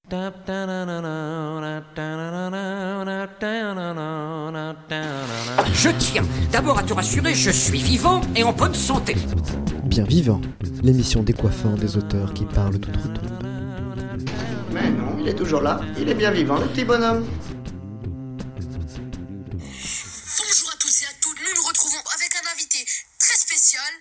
Je tiens d'abord à te rassurer, je suis vivant et en bonne santé. Bien vivant, l'émission décoiffant des auteurs qui parlent tout autour. Mais non, il est toujours là, il est bien vivant, le petit bonhomme. Bonjour à tous et à toutes, nous nous retrouvons avec un invité très spécial.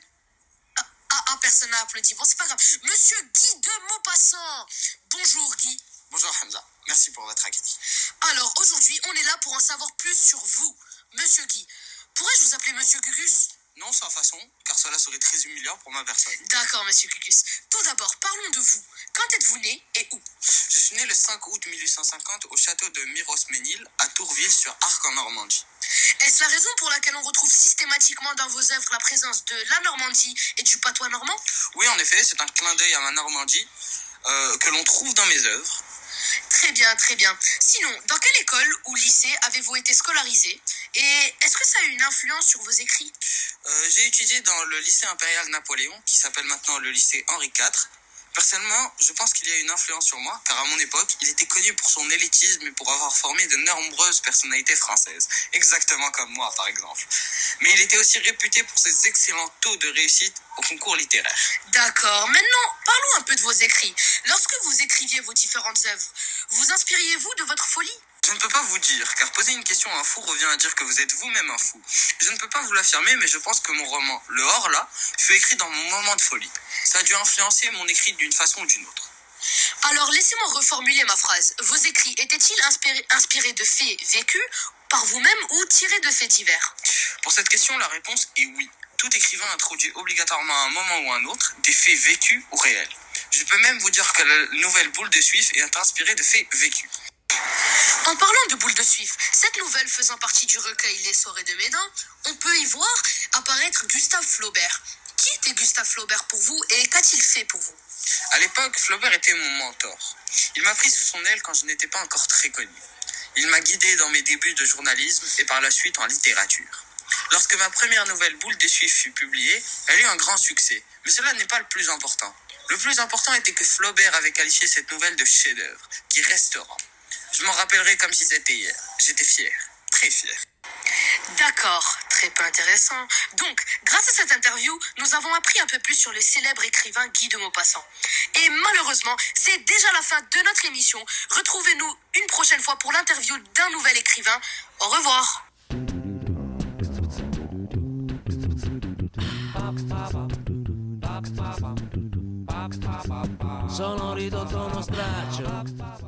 Personne n'a applaudi, bon c'est pas grave. Monsieur Guy de Maupassant. Bonjour Guy. Bonjour Hamza, merci pour votre accueil. Alors aujourd'hui, on est là pour en savoir plus sur vous, Monsieur Guy. Pourrais-je vous appeler Monsieur Gugus? Non, sans façon, car cela serait très humiliant pour ma personne. D'accord, Monsieur Gugus. Tout d'abord, parlons de vous. Quand êtes-vous né et où? Je suis né le 5 août 1850 au château de Miros-Ménil, à Tourville sur Arc en Normandie. Est-ce la raison pour laquelle on retrouve systématiquement dans vos œuvres la présence de la Normandie et du patois normand? Oui, en effet, c'est un clin d'œil à ma Normandie que l'on trouve dans mes œuvres. Très bien, très bien. Sinon, dans quelle école ou lycée avez-vous été scolarisé? Et est-ce que ça a eu une influence sur vos écrits? J'ai étudié dans le lycée impérial Napoléon, qui s'appelle maintenant le lycée Henri IV. Personnellement, je pense qu'il y a une influence sur moi, car à mon époque, il était connu pour son élitisme et pour avoir formé de nombreuses personnalités françaises, exactement comme moi par exemple. Mais il était aussi réputé pour ses excellents taux de réussite au concours littéraire. D'accord, maintenant parlons un peu de vos écrits. Lorsque vous écriviez vos différentes œuvres, vous inspiriez-vous de votre folie? Je ne peux pas vous dire, car poser une question à un fou revient à dire que vous êtes vous-même un fou. Je ne peux pas vous l'affirmer, mais je pense que mon roman, Le Horla, fut écrit dans mon moment de folie. Ça a dû influencer mon écrit d'une façon ou d'une autre. Alors laissez-moi reformuler ma phrase. Vos écrits étaient-ils inspirés de faits vécus par vous-même ou tirés de faits divers? Pour cette question, la réponse est oui. Tout écrivain introduit obligatoirement à un moment ou à un autre des faits vécus ou réels. Je peux même vous dire que la nouvelle Boule de Suif est inspirée de faits vécus. En parlant de Boule de Suif, cette nouvelle faisant partie du recueil Les Soirées de Médin, on peut y voir apparaître Gustave Flaubert. Qui était Gustave Flaubert pour vous et qu'a-t-il fait pour vous? À l'époque, Flaubert était mon mentor. Il m'a pris sous son aile quand je n'étais pas encore très connu. Il m'a guidé dans mes débuts de journalisme et par la suite en littérature. Lorsque ma première nouvelle Boule de Suif fut publiée, elle eut un grand succès. Mais cela n'est pas le plus important. Le plus important était que Flaubert avait qualifié cette nouvelle de chef-d'œuvre, qui restera. Je m'en rappellerai comme si c'était hier. J'étais fier, très fier. D'accord, très peu intéressant. Donc, grâce à cette interview, nous avons appris un peu plus sur le célèbre écrivain Guy de Maupassant. Et malheureusement, c'est déjà la fin de notre émission. Retrouvez-nous une prochaine fois pour l'interview d'un nouvel écrivain. Au revoir. Sono ridotto uno straccio.